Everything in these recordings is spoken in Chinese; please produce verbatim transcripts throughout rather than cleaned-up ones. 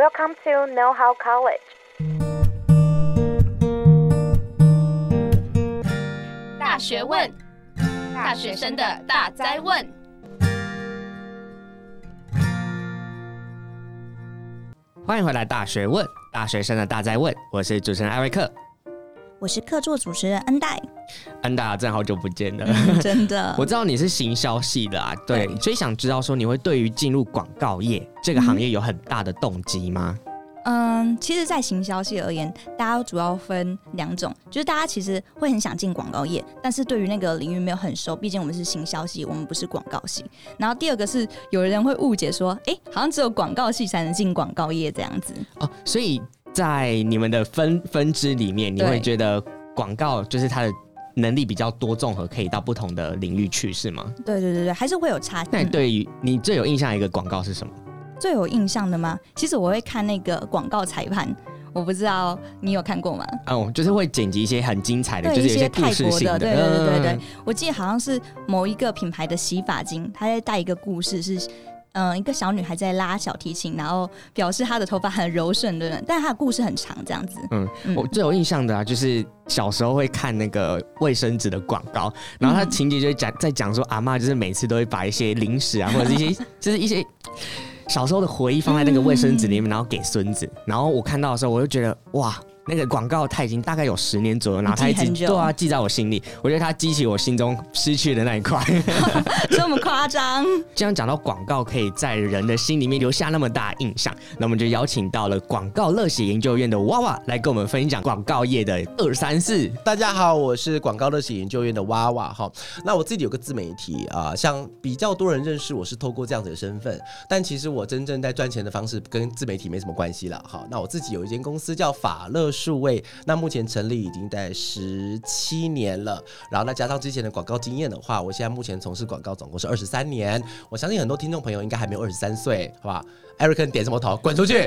Welcome to Know How College。 大学问，大学生的大哉问。 欢迎回来，大学问，大学生的大哉问。我是主持人艾瑞克， 我是客座主持人恩代。 恩代真好久不见了， 嗯、真的。 我知道你是行销系的啊，对，对，所以想知道说你会对于进入广告业这个行业有很大的动机吗？ 嗯，其实，在行销系而言，大家主要分两种，就是大家其实会很想进广告业，但是对于那个领域没有很熟，毕竟我们是行销系，我们不是广告系。然后第二个是有人会误解说，哎、欸，好像只有广告系才能进广告业这样子。 哦，所以在你们的分分支里面，你会觉得广告就是它的能力比较多综合，可以到不同的领域去，是吗？ 对对对对，还是会有差。 那你对于你最有印象的一个广告是什么？ 最有印象的吗？其实我会看那个广告裁判，我不知道你有看过吗？ 哦，就是会剪辑一些很精彩的，就是有一些故事性的。 对对对对对，嗯、我记得好像是某一个品牌的洗发精，它在带一个故事是。嗯，一个小女孩在拉小提琴，然后表示她的头发很柔顺的，但她的故事很长，这样子。嗯， 嗯我最有印象的啊，就是小时候会看那个卫生纸的广告，然后它情节就讲在讲说，阿嬷就是每次都会把一些零食啊，或者是一些就是一些小时候的回忆放在那个卫生纸里面，然后给孙子。然后我看到的时候，我就觉得哇。那个广告它已经大概有十年左右，然后它一直对啊记在我心里，我觉得它激起我心中失去的那一块， 这么夸张。 这样讲到广告可以在人的心里面留下那么大的印象，那我们就邀请到了广告热血研究院的娃娃来跟我们分享广告业的二三四。 大家好，我是广告热血研究院的娃娃哈。那我自己有个自媒体啊、呃，像比较多人认识我是透过这样子的身份，但其实我真正在赚钱的方式跟自媒体没什么关系了哈。那我自己有一间公司叫法乐数位，那目前成立已经在十七年了，然后再加上之前的广告经验的话，我现在目前从事广告总共是二十三年。我相信很多听众朋友应该还没有二十三岁，好吧 ？Eric 你点什么头？滚出去！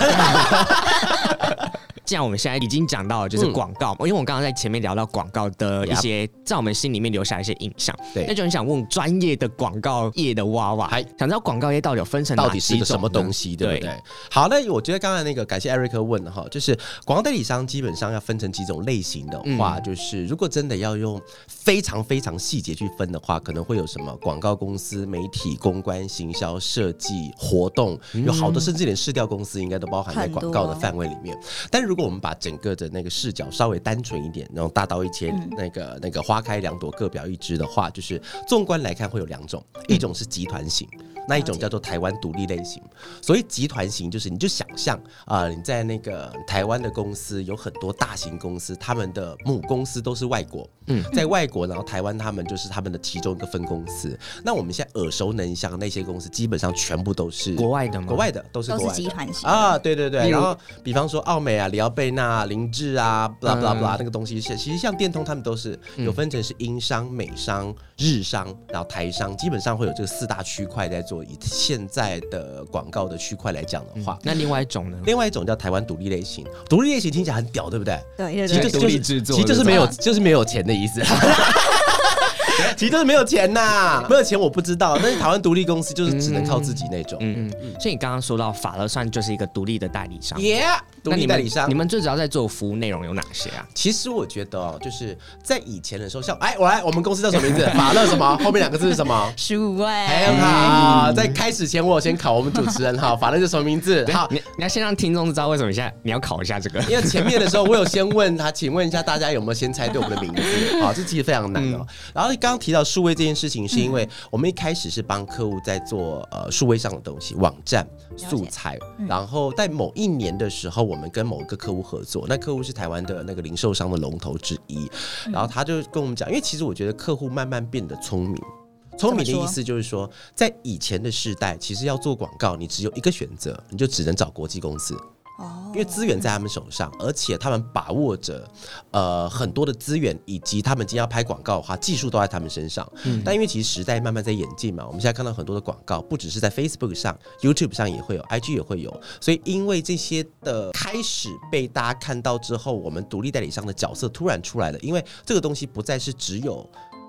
既然我们现在已经讲到了就是广告、嗯，因为我刚刚在前面聊到广告的一些在我们心里面留下一些印象，对，那就很想问专业的广告业的娃娃，想知道广告业到底有分成哪几种，到底是个什么东西，对不对？对好，那我觉得刚才那个感谢 Eric 问的哈，就是广告代理商基本上要分成几种类型的话，嗯、就是如果真的要用非常非常细节去分的话，可能会有什么广告公司、媒体、公关、行销、设计、活动，有好多甚至连市调公司应该都包含在广告的范围里面。但如果我们把整个的那个视角稍微单纯一点，那种大刀一切、嗯、那个那个花开两朵各表一枝的话，就是纵观来看会有两种，一种是集团型。那一种叫做台湾独立类型，所以集团型就是你就想象啊、呃，你在那个台湾的公司有很多大型公司，他们的母公司都是外国，嗯，在外国，然后台湾他们就是他们的其中一个分公司。那我们现在耳熟能详的那些公司，基本上全部都是国外的吗？ 国外的都是国外的， 都是集团型啊，对对对。然后比方说奥美啊、里奥贝纳、林志啊 ，blah blah blah、嗯、那个东西，其实像电通他们都是有分成是英商、美商、日商，然后台商，基本上会有这个四大区块在做。以现在在的广告的区块来讲的话、嗯， 那另外一种呢？ 另外一种叫台湾独立类型。独立类型听起来很屌，对不对？ 对对对， 其实就是独立制作，其实就是没有，就是没有钱的意思。其实就是没有钱呐，没有钱我不知道，但是台湾独立公司就是只能靠自己那种。 嗯嗯嗯。所以你刚刚说到法乐算就是一个独立的代理商。 Yeah， 独立代理商。 你们最主要在做服务内容有哪些啊？ 其实我觉得哦，就是在以前的时候，像哎，我来，我们公司叫什么名字？法乐什么？后面两个字是什么？ 数位。 很好，在开始前我有先考我们主持人哈，法乐是什么名字？好， 你你要先让听众知道为什么现在你要考一下这个， 因为前面的时候我有先问他，请问一下大家有没有先猜对我们的名字？好，这其实非常难哦。嗯、然后刚刚提到数位这件事情，是因为我们一开始是帮客户在做呃数位上的东西，网站素材，嗯、然后在某一年的时候，我们跟某一个客户合作，那客户是台湾的那个零售商的龙头之一，嗯、然后他就跟我们讲，因为其实我觉得客户慢慢变得聪明。聪明的意思就是说，在以前的世代，其实要做广告，你只有一个选择，你就只能找国际公司。因为资源在他们手上，而且他们把握着呃很多的资源，以及他们今天要拍广告的话，技术都在他们身上。嗯、但因为其实时代慢慢在演进嘛，我们现在看到很多的广告，不只是在 Facebook 上 ，YouTube 上也会有 ，I G 也会有。所以因为这些的开始被大家看到之后，我们独立代理商的角色突然出来了，因为这个东西不再是只有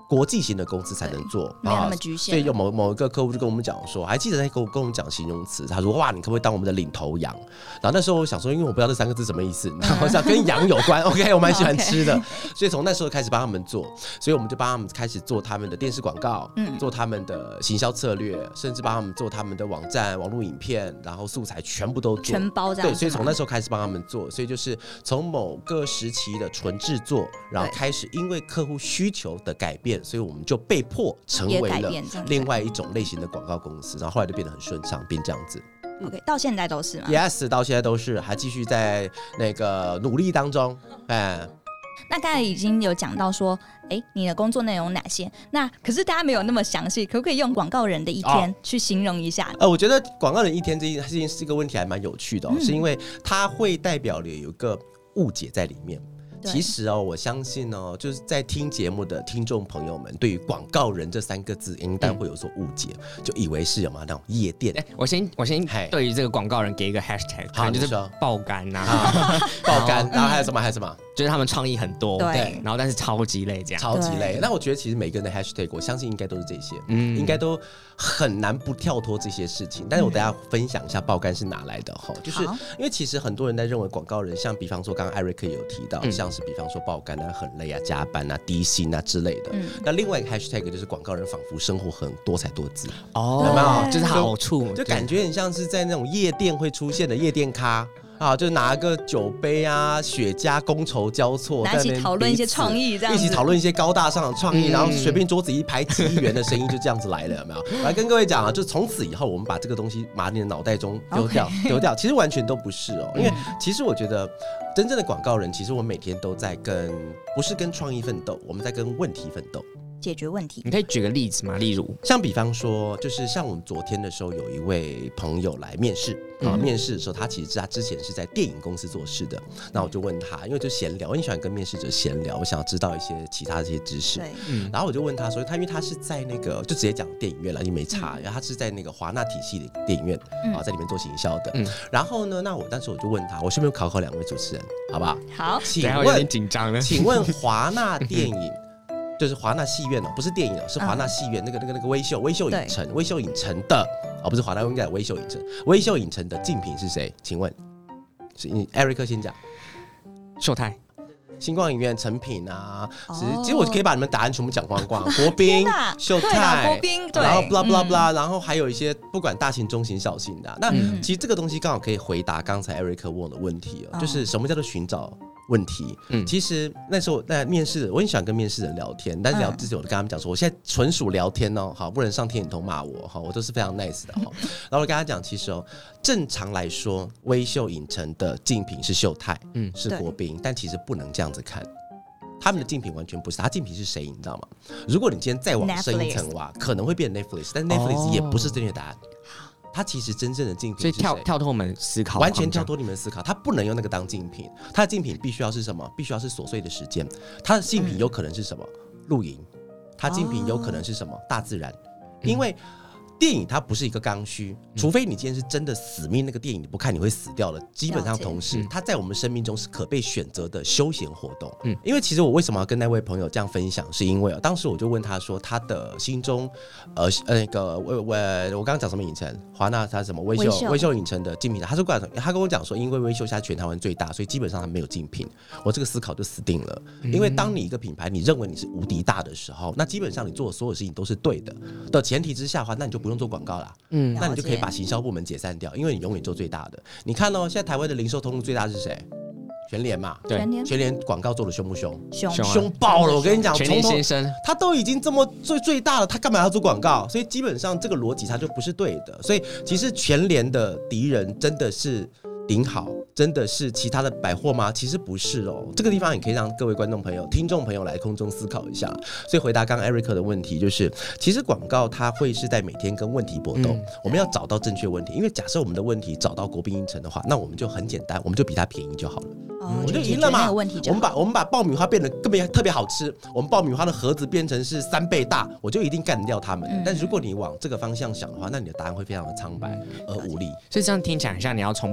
国际型的公司才能做， 没有那么局限。 所以有某某一个客户就跟我们讲说，还记得他跟我跟我们讲形容词，他说哇，你可不可以当我们的领头羊？然后那时候我想说，因为我不知道这三个字什么意思，然后想跟羊有关，OK， 我蛮喜欢吃的，所以从那时候开始帮他们做，所以我们就帮他们开始做他们的电视广告，嗯，做他们的行销策略，甚至帮他们做他们的网站、网络影片，然后素材全部都做， 全包这样。 对，所以从那时候开始帮他们做，所以就是从某个时期的纯制作，然后开始因为客户需求的改变，所以我们就被迫成为了另外一种类型的广告公司，然后后来就变得很顺畅，变这样子。 OK， 到现在都是吗 ？Yes， 到现在都是，还继续在那个努力当中。哎， 那刚才已经有讲到说，哎，你的工作内容有哪些？那可是大家没有那么详细，可不可以用广告人的一天去形容一下？ 哦、呃，我觉得广告人一天这件事情是一个问题，还蛮有趣的、哦嗯，是因为它会代表了有一个误解在里面。其实哦，我相信哦，就是在听节目的听众朋友们，对于广告人这三个字应该会有所误解，嗯、就以为是有嘛那种夜店。 欸、我先我先对于这个广告人给一个 hashtag， 可能就是爆肝呐、 啊，爆肝，然后还有什么？还有什么？ 就是他们创意很多， 对， 然后但是超级累这样， 超级累。那我觉得其实每个人的 hashtag， 我相信应该都是这些，嗯，应该都很难不跳脱这些事情。但是我等一下分享一下爆肝是哪来的哈，就是因为其实很多人在认为广告人，像比方说刚刚艾瑞克也有提到，嗯、像是比方说爆肝啊、很累啊、加班啊、低薪啊之类的。嗯、那另外一个 hashtag 就是广告人仿佛生活很多彩多姿， 哦，有没有？就是好处， 就感觉很像是在那种夜店会出现的夜店咖。啊，就拿个酒杯啊，雪茄觥筹交错， 一起讨论一些创意，这样子， 一起讨论一些高大上的创意，嗯、然后随便桌子一排几亿元的生意就这样子来了，有没有？我来跟各位讲啊，就从此以后，我们把这个东西码你的脑袋中丢掉， okay. 丢掉。其实完全都不是哦，因为其实我觉得真正的广告人，其实我每天都在跟，不是跟创意奋斗，我们在跟问题奋斗。 解决问题， 你可以举个例子吗？例如， 像比方说，就是像我们昨天的时候，有一位朋友来面试，啊、嗯，面试的时候，他其实他之前是在电影公司做事的。那我就问他，因为就闲聊，我很喜欢跟面试者闲聊，我想要知道一些其他的一些知识。对，嗯，然后我就问他说，他因为他是在那个就直接讲电影院了，你没查，然、嗯、后他是在那个华纳体系的电影院，嗯、啊，在里面做行销的。嗯，然后呢，那我当时我就问他，我顺便考考两位主持人，好不好？ 好， 请问有点紧张了， 请问华纳电影。就是华纳戏院哦，不是电影哦，是华纳戏院、嗯、那个那个那个微秀微秀影城微秀影城的哦，不是华纳，应该微秀影城微秀影城的竞品是谁？请问，是你艾瑞克先讲。 秀泰、 星光影院、成品啊，其实、哦、其实我可以把你们答案全部讲光光。国宾、秀泰、 国宾，对， 然后 blah blah blah，、嗯、然后还有一些不管大型、中型、小型的、啊。那、嗯、其实这个东西刚好可以回答刚才艾瑞克问我的问题哦，哦就是什么叫做寻找问题。嗯，其实那时候在面试，我很喜欢跟面试人聊天，但是聊之前我就跟他们讲说，我现在纯属聊天哦，好，不能上天眼通骂我哈，我都是非常 nice 的哈。然后我跟他讲，其实哦，正常来说，微秀影城的竞品是秀泰，嗯，是国宾，但其实不能这样子看。他们的竞品完全不是，他竞品是谁，你知道吗？如果你今天再往深一层挖，可能会变 Netflix， 但 Netflix 也不是正确答案。它其实真正的竞品是谁？ 所以跳跳脱我们思考， 完全跳脱你们思考，它不能用那个当竞品。它的竞品必须要是什么？必须要是琐碎的时间。它的竞品有可能是什么？露营。它竞品有可能是什么？大自然。因为电影它不是一个刚需，除非你今天是真的死命那个电影你不看你会死掉了。基本上同时，它在我们生命中是可被选择的休闲活动。嗯，因为其实我为什么要跟那位朋友这样分享，是因为、哦、当时我就问他说，他的心中呃那个我我我刚刚讲什么影城？华纳他什么微秀微秀影城的竞品？他说他跟我讲说，因为微秀现在全台湾最大，所以基本上他没有竞品。我这个思考就死定了，因为当你一个品牌你认为你是无敌大的时候，那基本上你做的所有事情都是对的的前提之下的话，那你就不不用做广告啦，嗯，那你就可以把行销部门解散掉，因为你永远做最大的。你看哦，现在台湾的零售通路最大的是谁？全联嘛， 对， 全联广告做的凶不凶？ 凶， 凶爆了！我跟你讲， 全联先生他都已经这么最最大了，他干嘛要做广告？所以基本上这个逻辑他就不是对的。所以其实全联的敌人真的是顶好，真的是其他的百货吗？其实不是哦。这个地方也可以让各位观众朋友、听众朋友来空中思考一下。所以回答刚刚 Eric 的问题，就是其实广告它会是在每天跟问题搏斗、嗯，我们要找到正确问题。因为假设我们的问题找到国宾影城的话，那我们就很简单，我们就比它便宜就好了。哦、我们就赢了嘛。我们把我们把爆米花变得特别特别好吃，我们爆米花的盒子变成是三倍大，我就一定干掉他们、嗯。但如果你往这个方向想的话，那你的答案会非常的苍白而无力。 所以这样听起来很像你要从不同的角度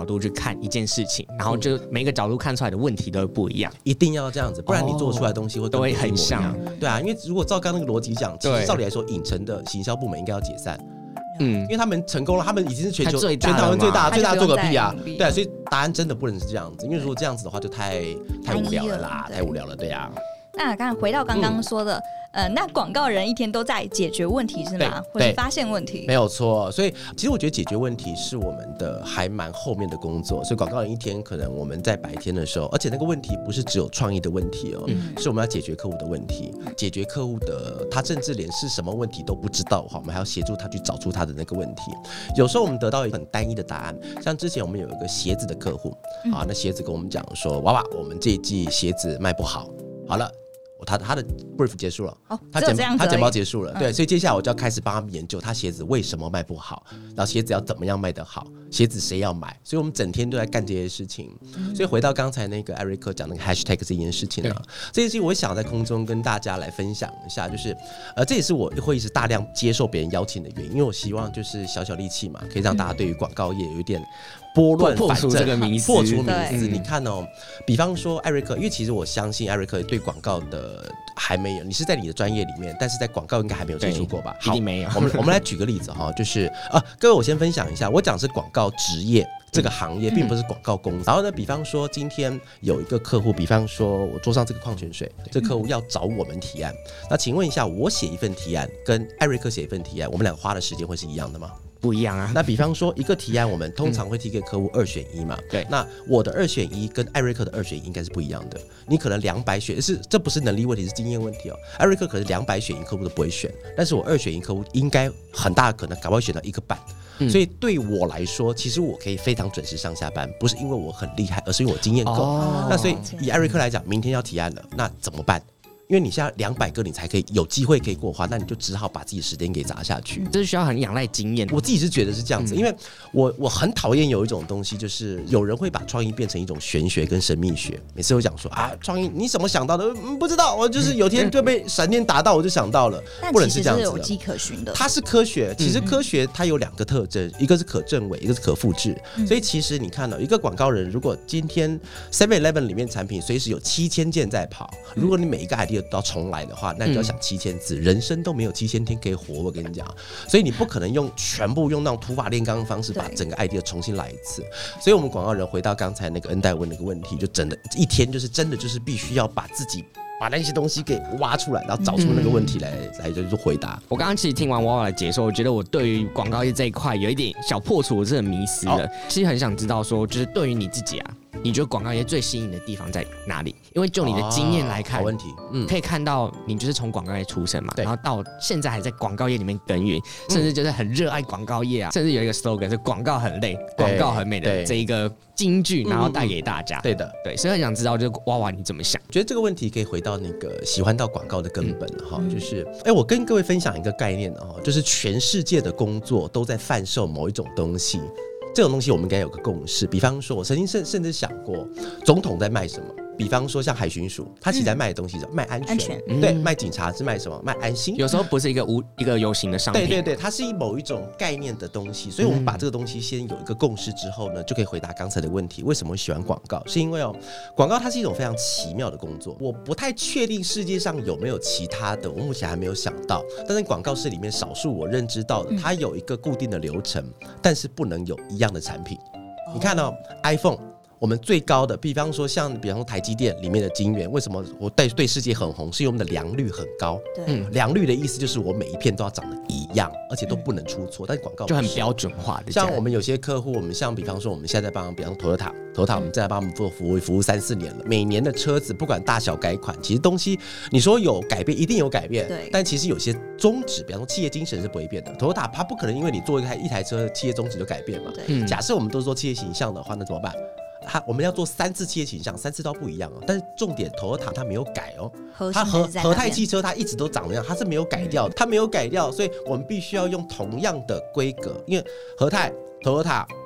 度去看一件事情，然后就每个角度看出来的问题都会不一样， 一定要这样子，不然你做出来的东西会都会很像。 对啊，因为如果照刚刚那个逻辑讲，其实照理来说，影城的行销部门应该要解散。嗯，因为他们成功了，他们已经是全球全台湾最大最大做个屁啊！对啊，所以答案真的不能是这样子，因为如果这样子的话，就太太无聊了啦，太无聊了，对啊。 那刚刚回到刚刚说的，嗯、呃，那广告人一天都在解决问题是吗？或者发现问题？ 没有错。所以其实我觉得解决问题是我们的还蛮后面的工作。所以广告人一天可能我们在白天的时候，而且那个问题不是只有创意的问题哦，嗯、是我们要解决客户的问题，解决客户的他甚至连是什么问题都不知道的话，我们还要协助他去找出他的那个问题。有时候我们得到一个很单一的答案，像之前我们有一个鞋子的客户，嗯、啊，那鞋子跟我们讲说，娃娃，我们这一季鞋子卖不好，好了。他他的 brief 结束了， 哦， 他简他简报结束了，嗯、对，所以接下来我就要开始帮他们研究他鞋子为什么卖不好，然后鞋子要怎么样卖得好，鞋子谁要买，所以我们整天都在干这些事情。嗯、所以回到刚才那个艾瑞克讲那个 hashtag 这件事情啊，这件事情我想在空中跟大家来分享一下，就是呃，这也是我会一直大量接受别人邀请的原因，因为我希望就是小小力气嘛，可以让大家对于广告业有一点。拨乱反正， 破除这个迷思， 破除迷思。你看哦，比方说艾瑞克，因为其实我相信艾瑞克对广告的还没有，你是在你的专业里面，但是在广告应该还没有接触过吧？ 一定没有。 我们我们来举个例子哈，就是啊，各位我先分享一下，我讲的是广告职业这个行业，并不是广告公司。然后呢，比方说今天有一个客户，比方说我桌上这个矿泉水，这个客户要找我们提案，那请问一下，我写一份提案跟艾瑞克写一份提案，我们俩花的时间会是一样的吗？ 不一样啊。 那比方说一个提案，我们通常会提给客户二选一嘛。对。那我的二选一跟艾瑞克的二选一应该是不一样的。你可能两百选，是这不是能力问题，是经验问题哦。艾瑞克可能两百选一，客户都不会选，但是我二选一，客户应该很大的可能搞不好选到一个半。嗯、所以对我来说，其实我可以非常准时上下班，不是因为我很厉害，而是因为我经验够。哦、那所以以艾瑞克来讲，明天要提案了，那怎么办？因为你现在两百个你才可以有机会可以过的话，那你就只好把自己的时间给砸下去。 这是需要很仰赖经验。 我自己是觉得是这样子，嗯、因为我我很讨厌有一种东西，就是有人会把创意变成一种玄学跟神秘学。每次都讲说啊，创意你怎么想到的？嗯，不知道，我就是有天就被闪电打到，我就想到了。 但不能是这样子的。 有迹可循的。 它是科学，其实科学它有两个特征，一个是可证伪，一个是可复制。嗯、所以其实你看到、喔、一个广告人，如果今天 seven eleven 里面产品随时有七千件在跑，如果你每一个 idea 都要重来的话，那你就要想七千字，嗯、人生都没有七千天可以活，我跟你讲，所以你不可能用全部用那种土法炼钢的方式把整个 idea 重新来一次。所以我们广告人回到刚才那个恩代问那个问题，就真的一天就是真的就是必须要把自己把那些东西给挖出来，然后找出那个问题来、嗯、来就是回答。 我刚刚其实听完娃娃的解说，我觉得我对于广告业这一块有一点小破除，我是很迷思的。哦、其实很想知道说，就是对于你自己啊。你觉得广告业最吸引的地方在哪里？因为就你的经验来看， 哦、好问题，嗯， 可以看到你就是从广告业出身嘛，然后到现在还在广告业里面耕耘，甚至就是很热爱广告业啊，甚至有一个 slogan 是广告很累，广告很美的这一个金句，然后带给大家。嗯、对的，对，所以很想知道，就是娃娃你怎么想？ 觉得这个问题可以回到那个喜欢到广告的根本哈，嗯、就是，哎，我跟各位分享一个概念哈，就是全世界的工作都在贩售某一种东西。这种东西我们应该有个共识，比方说，我曾经甚甚至想过，总统在卖什么？比方说像海巡署，他其实在卖的东西是卖安全，安全对，嗯、卖警察是卖什么？卖安心。 有时候不是一个无一个有形的商品， 对对对，它是某一种概念的东西。所以我们把这个东西先有一个共识之后呢，就可以回答刚才的问题：为什么会喜欢广告？是因为哦，广告它是一种非常奇妙的工作。我不太确定世界上有没有其他的，我目前还没有想到。但是广告是里面少数我认知到的，它有一个固定的流程，但是不能有一样的产品。你看哦 ，iPhone。我们最高的，比方说像，比方说台积电里面的晶圆，为什么我对对世界很红？是因为我们的良率很高。对，良率的意思就是我每一片都要长得一样，而且都不能出错。但是广告就很标准化的。 像我们有些客户，我们像比方说我们现在在帮，比方说 Toyota，Toyota 我们在帮他们做服务，服务三四年了。每年的车子不管大小改款，其实东西你说有改变，一定有改变。对，但其实有些宗旨，比方说企业精神是不会变的。Toyota 它不可能因为你做一台一台车，企业宗旨就改变嘛。对，假设我们都是做企业形象的话，那怎么办？它我们要做三次企业形象，三次都不一样哦。但是重点，Toyota它没有改哦，它和和泰汽车它一直都长那样，它是没有改掉的，它没有改掉，所以我们必须要用同样的规格，因为和泰、Toyota、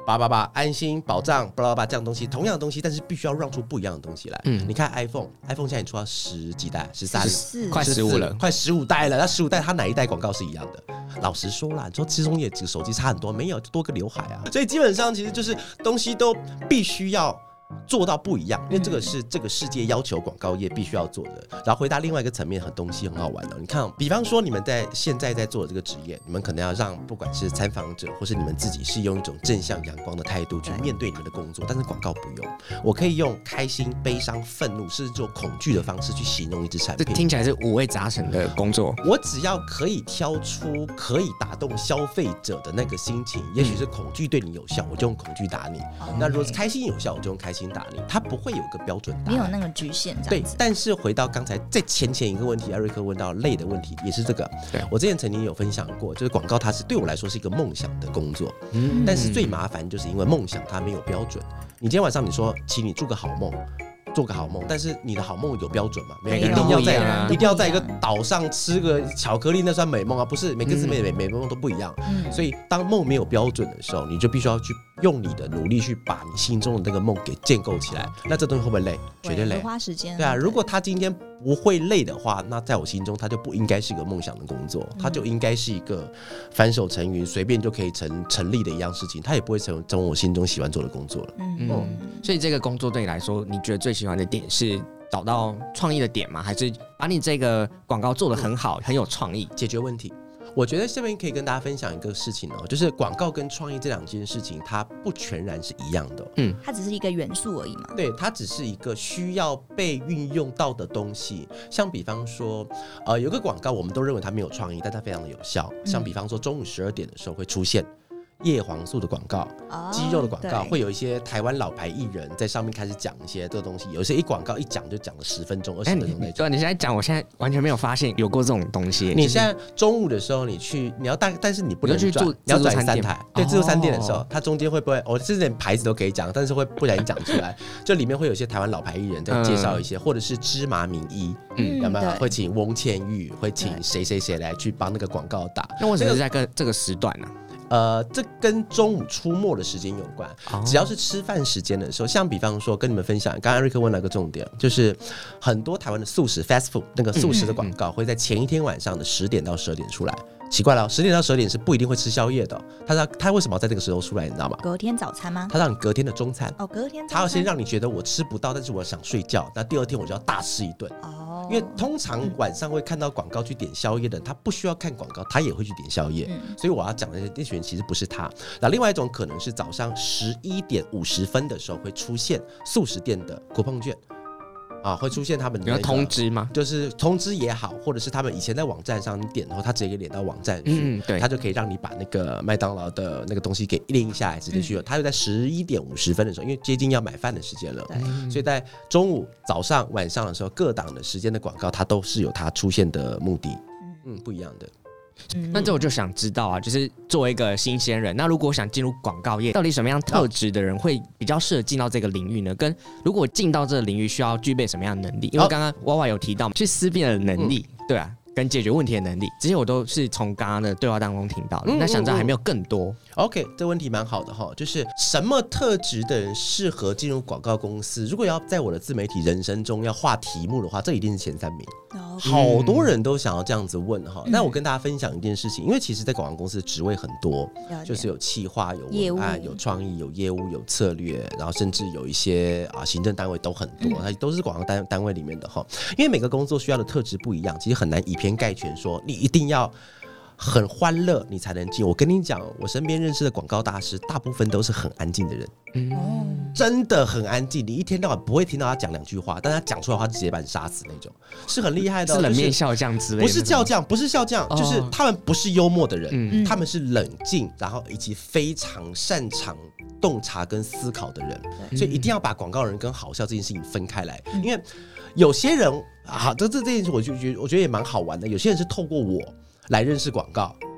叭叭叭安心保障叭叭叭这样东西，同样的东西，但是必须要让出不一样的东西来。嗯，你看 iPhone，iPhone 现在出到十几代，十三， 快十五了， 快十五代了。那十五代它哪一代广告是一样的？老实说啦，你说其中也几个手机差很多，没有就多个刘海啊。所以基本上其实就是东西都必须要做到不一样，因为这个是这个世界要求广告业必须要做的。然后回答另外一个层面，很东西很好玩的、哦。你看、哦，比方说你们在现在在做的这个职业，你们可能要让不管是参访者或是你们自己，是用一种正向阳光的态度去面对你们的工作。但是广告不用，我可以用开心、悲伤、愤怒，甚至这种恐惧的方式去形容一支产品。 这听起来是五味杂陈的工作。 我只要可以挑出可以打动消费者的那个心情，也许是恐惧对你有效，我就用恐惧打你；嗯、那如果是开心有效，我就用开心打你。它不会有一个标准答案， 没有那个局限这样子。 对，但是回到刚才在前前一个问题，艾瑞克问到累的问题，也是这个。我之前曾经有分享过，就是广告它是对我来说是一个梦想的工作，嗯、但是最麻烦就是因为梦想它没有标准。你今天晚上你说，请你做个好梦。做个好梦，但是你的好梦有标准吗？每个人一定要在、啊、一定要在一个岛上吃个巧克力，那算美梦啊？不是，每个自美美美梦都不一样。嗯、所以当梦没有标准的时候，你就必须要去用你的努力去把你心中的那个梦给建构起来。那这东西会不会累？绝对累， 会花时间。 对啊，如果他今天不会累的话，那在我心中他就不应该是一个梦想的工作，他就应该是一个翻手成云，随便就可以成成立的一样事情，他也不会成成为我心中喜欢做的工作了。 嗯，嗯所以这个工作对你来说，你觉得最喜欢的点是找到创意的点吗？还是把你这个广告做得很好，很有创意， 解决问题？我觉得这边可以跟大家分享一个事情哦，就是广告跟创意这两件事情，它不全然是一样的、哦。嗯， 它只是一个元素而已嘛。 对，它只是一个需要被运用到的东西。像比方说，呃，有个广告我们都认为它没有创意，但它非常的有效。像比方说，中午十二点的时候会出现叶黄素的广告、哦、鸡肉的广告，会有一些台湾老牌艺人在上面开始讲一些这个东西，有些一广告一讲就讲了十分钟、二十分钟那种。 对，你现在讲，我现在完全没有发现有过这种东西。 你现在中午的时候，你去，你要大，但是你不能转，你, 你要转三台。对，自助餐店的时候，它中间会不会？我这点牌子都可以讲，但是会不小心讲出来。就里面会有一些台湾老牌艺人在介绍一些，嗯、或者是芝麻名医，嗯，有没有？会请翁倩玉，会请谁谁谁来去帮那个广告打。 那为什么是在跟这个时段呢、啊？ 呃，这跟中午出没的时间有关。哦、只要是吃饭时间的时候，像比方说跟你们分享，刚刚瑞克问了一个重点，就是很多台湾的素食 fast food 那个素食的广告会在前一天晚上的十点到十二点出来。奇怪了，十点到十二点是不一定会吃宵夜的、哦。他他为什么要在这个时候出来？你知道吗？ 隔天早餐吗？ 他让你隔天的中餐。 哦，隔天早餐。 他要先让你觉得我吃不到，但是我想睡觉，那第二天我就要大吃一顿。哦。因为通常晚上会看到广告去点宵夜的人，他不需要看广告，他也会去点宵夜。嗯、所以我要讲的那群人其实不是他。那另外一种可能是早上十一点五十分的时候会出现素食店的coupon券。啊，会出现他们的、那個、 通知吗？ 就是通知也好，或者是他们以前在网站上你点的话，他直接可以连到网站去，嗯，对，他就可以让你把那个麦当劳的那个东西给印下来，直接去了。他、嗯、就在十一点五十分的时候，因为接近要买饭的时间了，所以在中午、早上、晚上的时候，各档的时间的广告，它都是有它出现的目的，嗯，不一样的。 那这我就想知道啊，就是作为一个新鲜人，那如果想进入广告业，到底什么样特质的人会比较适合进到这个领域呢？跟如果进到这个领域需要具备什么样的能力？因为刚刚娃娃有提到去思辨的能力，嗯、对啊，跟解决问题的能力，这些我都是从刚刚的对话当中听到的。嗯、那想知道还没有更多 ？OK， 这问题蛮好的哈，就是什么特质的人适合进入广告公司？如果要在我的自媒体人生中要画题目的话，这一定是前三名。好多人都想要这样子问哈，那、嗯、我跟大家分享一件事情，因为其实，在广告公司的职位很多，就是有企划、有文案、有创意、有业务、有策略，然后甚至有一些啊行政单位都很多，它、嗯、都是广告 单, 单位里面的哈。因为每个工作需要的特质不一样，其实很难以偏概全说你一定要很欢乐你才能进。我跟你讲，我身边认识的广告大师，大部分都是很安静的人。嗯，真的很安静，你一天到晚不会听到他讲两句话，但他讲出来的话直接把你杀死那种，是很厉害的、哦。 是冷面笑匠之类的， 不是笑匠，不是笑匠，哦、就是他们不是幽默的人，嗯、他们是冷静，然后以及非常擅长洞察跟思考的人，嗯、所以一定要把广告人跟好笑这件事情分开来，嗯、因为有些人啊，这这这件事我就觉得我觉得也蛮好玩的，有些人是透过我来认识广告。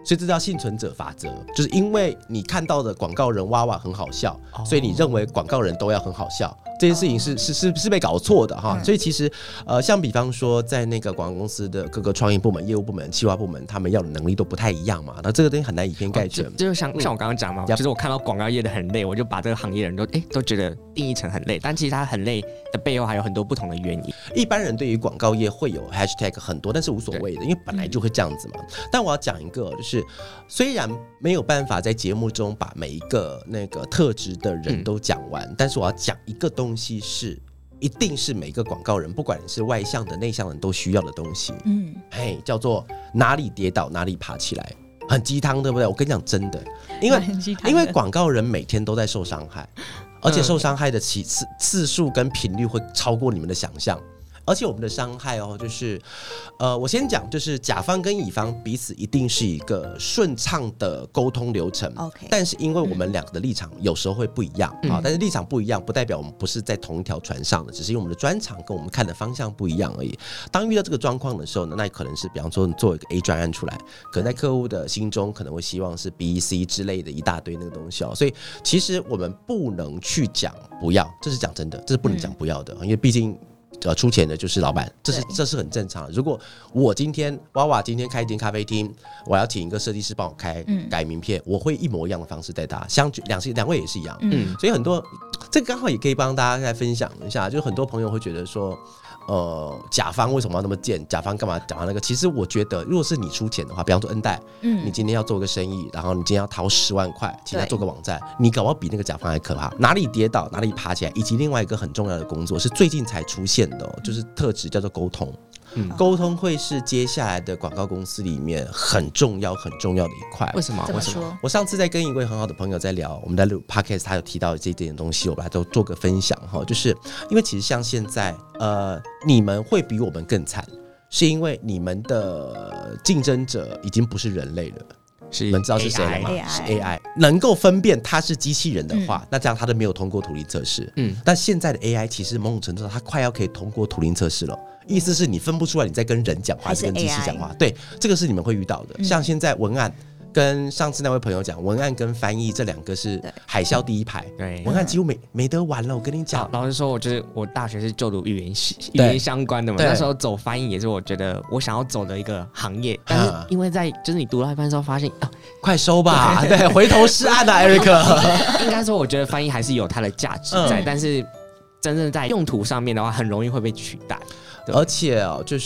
所以这叫幸存者法则，就是因为你看到的广告人娃娃很好笑， 哦、 所以你认为广告人都要很好笑。这件事情是是是是被搞错的哈，嗯、所以其实呃，像比方说在那个广告公司的各个创意部门、业务部门、企划部门，他们要的能力都不太一样嘛，那这个东西很难以偏概全。哦、 就, 就像像我刚刚讲嘛，嗯、就是我看到广告业的很累，我就把这个行业的人都哎、欸、都觉得定义成很累，但其实它很累的背后还有很多不同的原因。 一般人对于广告业会有 hashtag 很多，但是无所谓的，因为本来就会这样子嘛。嗯、但我要讲一个，就是虽然没有办法在节目中把每一个那个特质的人都讲完，嗯、但是我要讲一个东西是。一定是每个广告人，不管你是外向的、内向的人都需要的东西。嗯，嘿，叫做哪里跌倒哪里爬起来，很鸡汤，对不对？我跟你讲真的，因为因为广告人每天都在受伤害，而且受伤害的次次数跟频率会超过你们的想象。而且我们的伤害哦，就是，呃，我先讲，就是甲方跟乙方彼此一定是一个顺畅的沟通流程。 OK， 但是因为我们两个的立场有时候会不一样啊、嗯，但是立场不一样，不代表我们不是在同一条船上的，只是因为我们的专长跟我们看的方向不一样而已。当遇到这个状况的时候呢，那可能是比方说你做一个 A 专案出来，可能在客户的心中可能会希望是 B、C 之类的一大堆那个东西哦。所以其实我们不能去讲不要，这是讲真的，这是不能讲不要的，嗯、因为毕竟。呃，出钱的就是老板，这是这是很正常的。如果我今天娃娃今天开一间咖啡厅，我要请一个设计师帮我开、嗯、改名片，我会一模一样的方式带他，相两两位也是一样。嗯，所以很多这个刚好也可以帮大家再分享一下，就是很多朋友会觉得说。呃，甲方为什么要那么贱？甲方干嘛讲那个？其实我觉得，如果是你出钱的话，比方说恩代，嗯，你今天要做个生意，然后你今天要掏十万块，请他做个网站，你搞不好比那个甲方还可怕。哪里跌倒哪里爬起来，以及另外一个很重要的工作是最近才出现的、哦，就是特质叫做沟通。嗯，沟通会是接下来的广告公司里面很重要很重要的一块。 为什么？为什么？ 我上次在跟一位很好的朋友在聊，我们在录 podcast， 他有提到这一点东西，我把它都做个分享哈。就是因为其实像现在，呃，你们会比我们更惨，是因为你们的竞争者已经不是人类了。 是， 你们知道是谁了吗？ A I 是 A I， 能够分辨它是机器人的话，嗯、那这样它都没有通过图灵测试。嗯，但现在的 A I 其实某种程度上，它快要可以通过图灵测试了。意思是你分不出来你在跟人讲话还是跟机器讲话。对，这个是你们会遇到的。嗯、像现在文案。跟上次那位朋友讲，文案跟翻译这两个是海啸第一排，对，文案几乎没没得玩了。我跟你讲， 老实说，我就是我大学是就读语言语言相关的嘛，那时候走翻译也是我觉得我想要走的一个行业，但是因为在就是你读到一半的时候发现啊， 快收吧，对，回头是岸啊 ，Eric。 应该说，我觉得翻译还是有它的价值在，嗯、但是真正在用途上面的话，很容易会被取代， 而且哦，就是。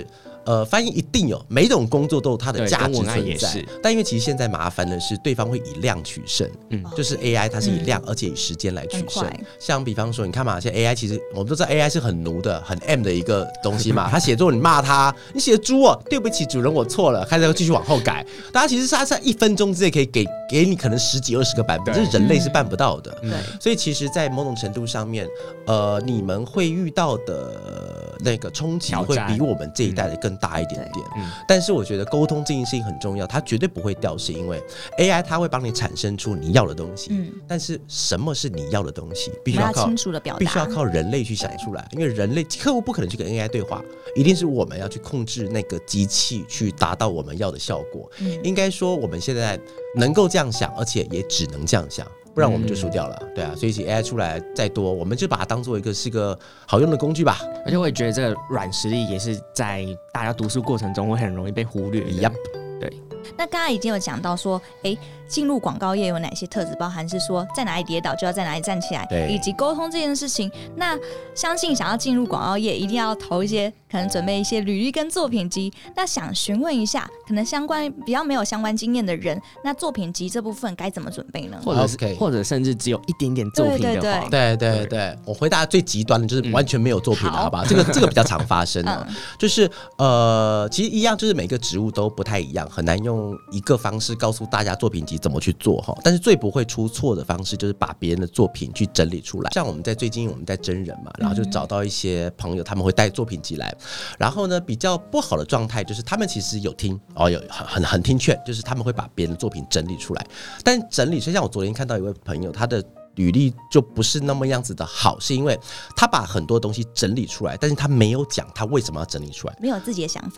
呃，翻译一定有，每一种工作都有它的价值存在。但因为其实现在麻烦的是，对方会以量取胜，嗯，就是 A I 它是以量，嗯、而且以时间来取胜。像比方说，你看嘛，现在 A I 其实我们都知道 A I 是很奴的、很 M 的一个东西嘛。他写作你骂他，你写猪哦，对不起主人，我错了，开始继续往后改。大家其实是他在一分钟之内可以给给你可能十几二十个版本，这是人类是办不到的。对，所以其实，在某种程度上面，呃，你们会遇到的那个冲击会比我们这一代的更大一点点，嗯、但是我觉得沟通这件事情很重要，它绝对不会掉，是因为 A I 它会帮你产生出你要的东西，嗯、但是什么是你要的东西，必须要靠清楚的表达， 必须要靠人类去想出来，因为人类客户不可能去跟 A I 对话，一定是我们要去控制那个机器去达到我们要的效果。嗯、应该说我们现在能够这样想，而且也只能这样想。不然我们就输掉了，嗯、对啊，所以其实 A I 出来再多，我们就把它当做一个是个好用的工具吧。 而且我也觉得这个软实力也是在大家读书过程中会很容易被忽略的。 Yep 对。 那刚才已经有讲到说，哎，进入广告业有哪些特质，包含是说在哪里跌倒就要在哪里站起来，以及沟通这件事情。那相信想要进入广告业，一定要投一些，可能准备一些履历跟作品集。那想询问一下，可能相关比较没有相关经验的人，那作品集这部分该怎么准备呢？ 或者是、okay. 或者甚至只有一点点作品的话， 对对 对, 对, 对, 对，我回答最极端的就是完全没有作品的，嗯、好吧？这个这个比较常发生的，嗯、就是呃，其实一样，就是每个职务都不太一样，很难用一个方式告诉大家作品集怎么去做哈。但是最不会出错的方式就是把别人的作品去整理出来。像我们在最近我们在真人嘛，然后就找到一些朋友，他们会带作品集来。然后呢，比较不好的状态就是他们其实有听哦，有很很听劝，就是他们会把别人的作品整理出来。但整理，就像我昨天看到一位朋友，他的履历就不是那么样子的好，是因为他把很多东西整理出来，但是他没有讲他为什么要整理出来， 没有自己的想法。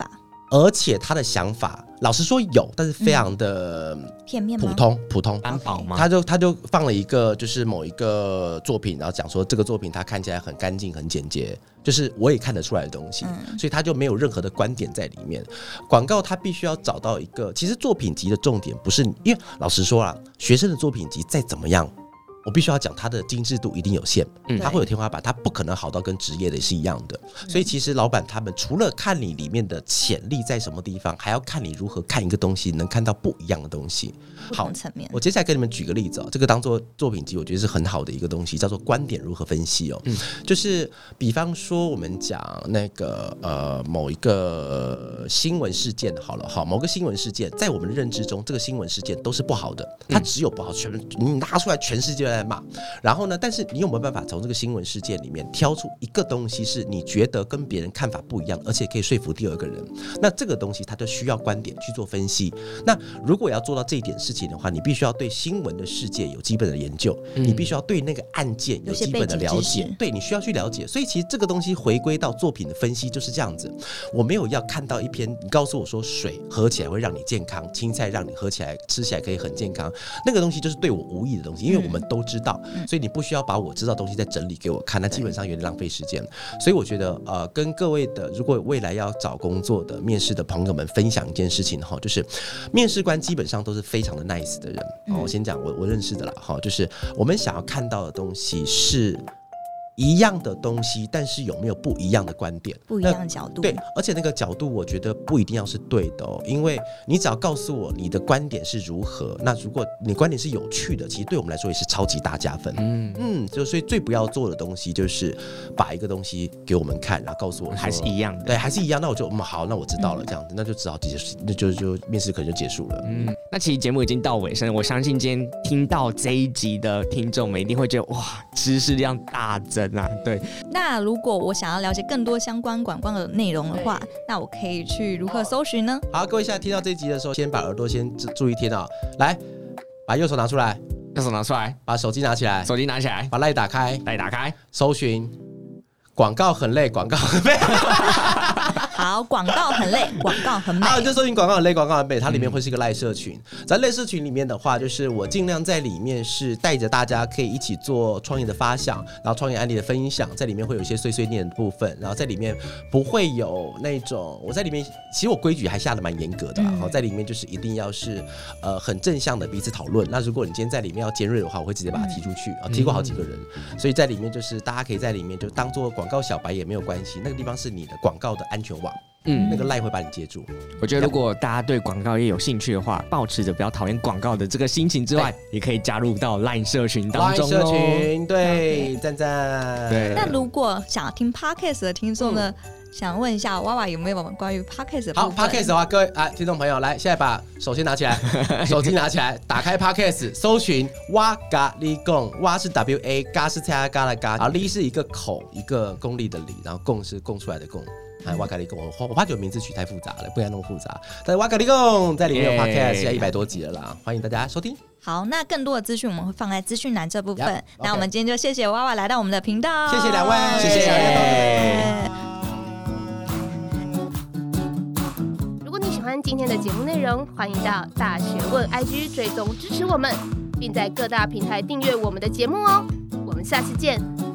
而且他的想法老实说有，但是非常的片面吗？ 普通普通安保吗？ 他就他就放了一个就是某一个作品，然后讲说这个作品它看起来很干净很简洁，就是我也看得出来的东西， 嗯、 所以他就没有任何的观点在里面。广告他必须要找到一个，其实作品集的重点不是，因为老实说啦，学生的作品集再怎么样。我必须要讲，它的精致度一定有限，嗯，它会有天花板，它不可能好到跟职业的是一样的。所以其实老板他们除了看你里面的潜力在什么地方，还要看你如何看一个东西，能看到不一样的东西。 好， 我接下来跟你们举个例子哦，这个当做作品集，我觉得是很好的一个东西，叫做观点如何分析哦。嗯，就是比方说我们讲那个呃某一个新闻事件好了哈，某个新闻事件在我们的认知中，这个新闻事件都是不好的，它只有不好，全你拿出来全世界在骂。然后呢，但是你有没有办法从这个新闻事件里面挑出一个东西是你觉得跟别人看法不一样，而且可以说服第二个人？那这个东西它就需要观点去做分析。那如果要做到这一点事情的话，你必须要对新闻的世界有基本的研究，嗯、你必须要对那个案件有基本的了解，对，你需要去了解。所以其实这个东西回归到作品的分析就是这样子。我没有要看到一篇你告诉我说水喝起来会让你健康，青菜让你喝起来吃起来可以很健康，那个东西就是对我无益的东西，因为我们都知道。嗯、所以你不需要把我知道的东西再整理给我看，那基本上有点浪费时间。所以我觉得，呃，跟各位的如果未来要找工作的面试的朋友们分享一件事情哈，就是面试官基本上都是非常的 nice 的人。嗯、我先讲我我认识的啦哈，就是我们想要看到的东西是一样的东西，但是有没有不一样的观点， 不一样的角度？ 对，而且那个角度我觉得不一定要是对的哦，因为你只要告诉我你的观点是如何，那如果你观点是有趣的，其实对我们来说也是超级大加分。嗯嗯，就所以最不要做的东西就是把一个东西给我们看，然后告诉我还是一样的， 对，还是一样。那我就嗯好，那我知道了，这样子，那就只好结束，那就就面试可能就结束了。 嗯，那其实节目已经到尾声了，我相信今天听到这一集的听众们一定会觉得哇，知识量大增啊，对。 那如果我想要了解更多相关广告的内容的话，那我可以去如何搜寻呢？ 好，各位现在听到这一集的时候，先把耳朵先注意听哦，来，把右手拿出来， 右手拿出来， 把手机拿起来， 手机拿起来， 把 LINE 打开 ，LINE 打开， 搜寻广告很累，广告很累。 好，广告很累，广告很美。 啊，就搜寻广告很累，广告很美，它里面会是一个赖社群。在赖社群里面的话，就是我尽量在里面是带着大家可以一起做创业的发想，然后创业案例的分享，在里面会有一些碎碎念的部分，然后在里面不会有那种我在里面，其实我规矩还下得蛮严格的，然后在里面就是一定要是呃很正向的彼此讨论。那如果你今天在里面要尖锐的话，我会直接把它踢出去啊，踢过好几个人，所以在里面就是大家可以在里面就当做广告小白也没有关系，那个地方是你的广告的安全网。嗯，那个赖会把你接住。 我觉得如果大家对广告业有兴趣的话，抱持着不要讨厌广告的这个心情之外，也可以加入到 LINE 社群当中哦。LINE 社群， 对，赞赞。 对。 那如果想要听 Podcast 的听众呢，嗯、想问一下娃娃有没有关于 Podcast 的部分？ 好 ，Podcast 的话，各位啊，听众朋友，来，现在把手机拿起来，手机拿起来，打开 Podcast， 搜寻哇嘎哩贡，哇是 W A， 嘎是蔡阿嘎的嘎，然后哩是一个口，一个公力的力，然后贡是贡出来的贡。哎，哇嘎哩贡，我我怕这个名字取太复杂了，不应该那么复杂。但是哇嘎哩贡在里面有 podcast， 现在一百多集了啦，欢迎大家收听。 好，那更多的资讯我们会放在资讯栏这部分。Yep, okay. 那我们今天就谢谢娃娃来到我们的频道， 谢谢两位， 谢谢。 如果你喜欢今天的节目内容，欢迎到大学问 I G 追踪支持我们，并在各大平台订阅我们的节目哦。我们下次见。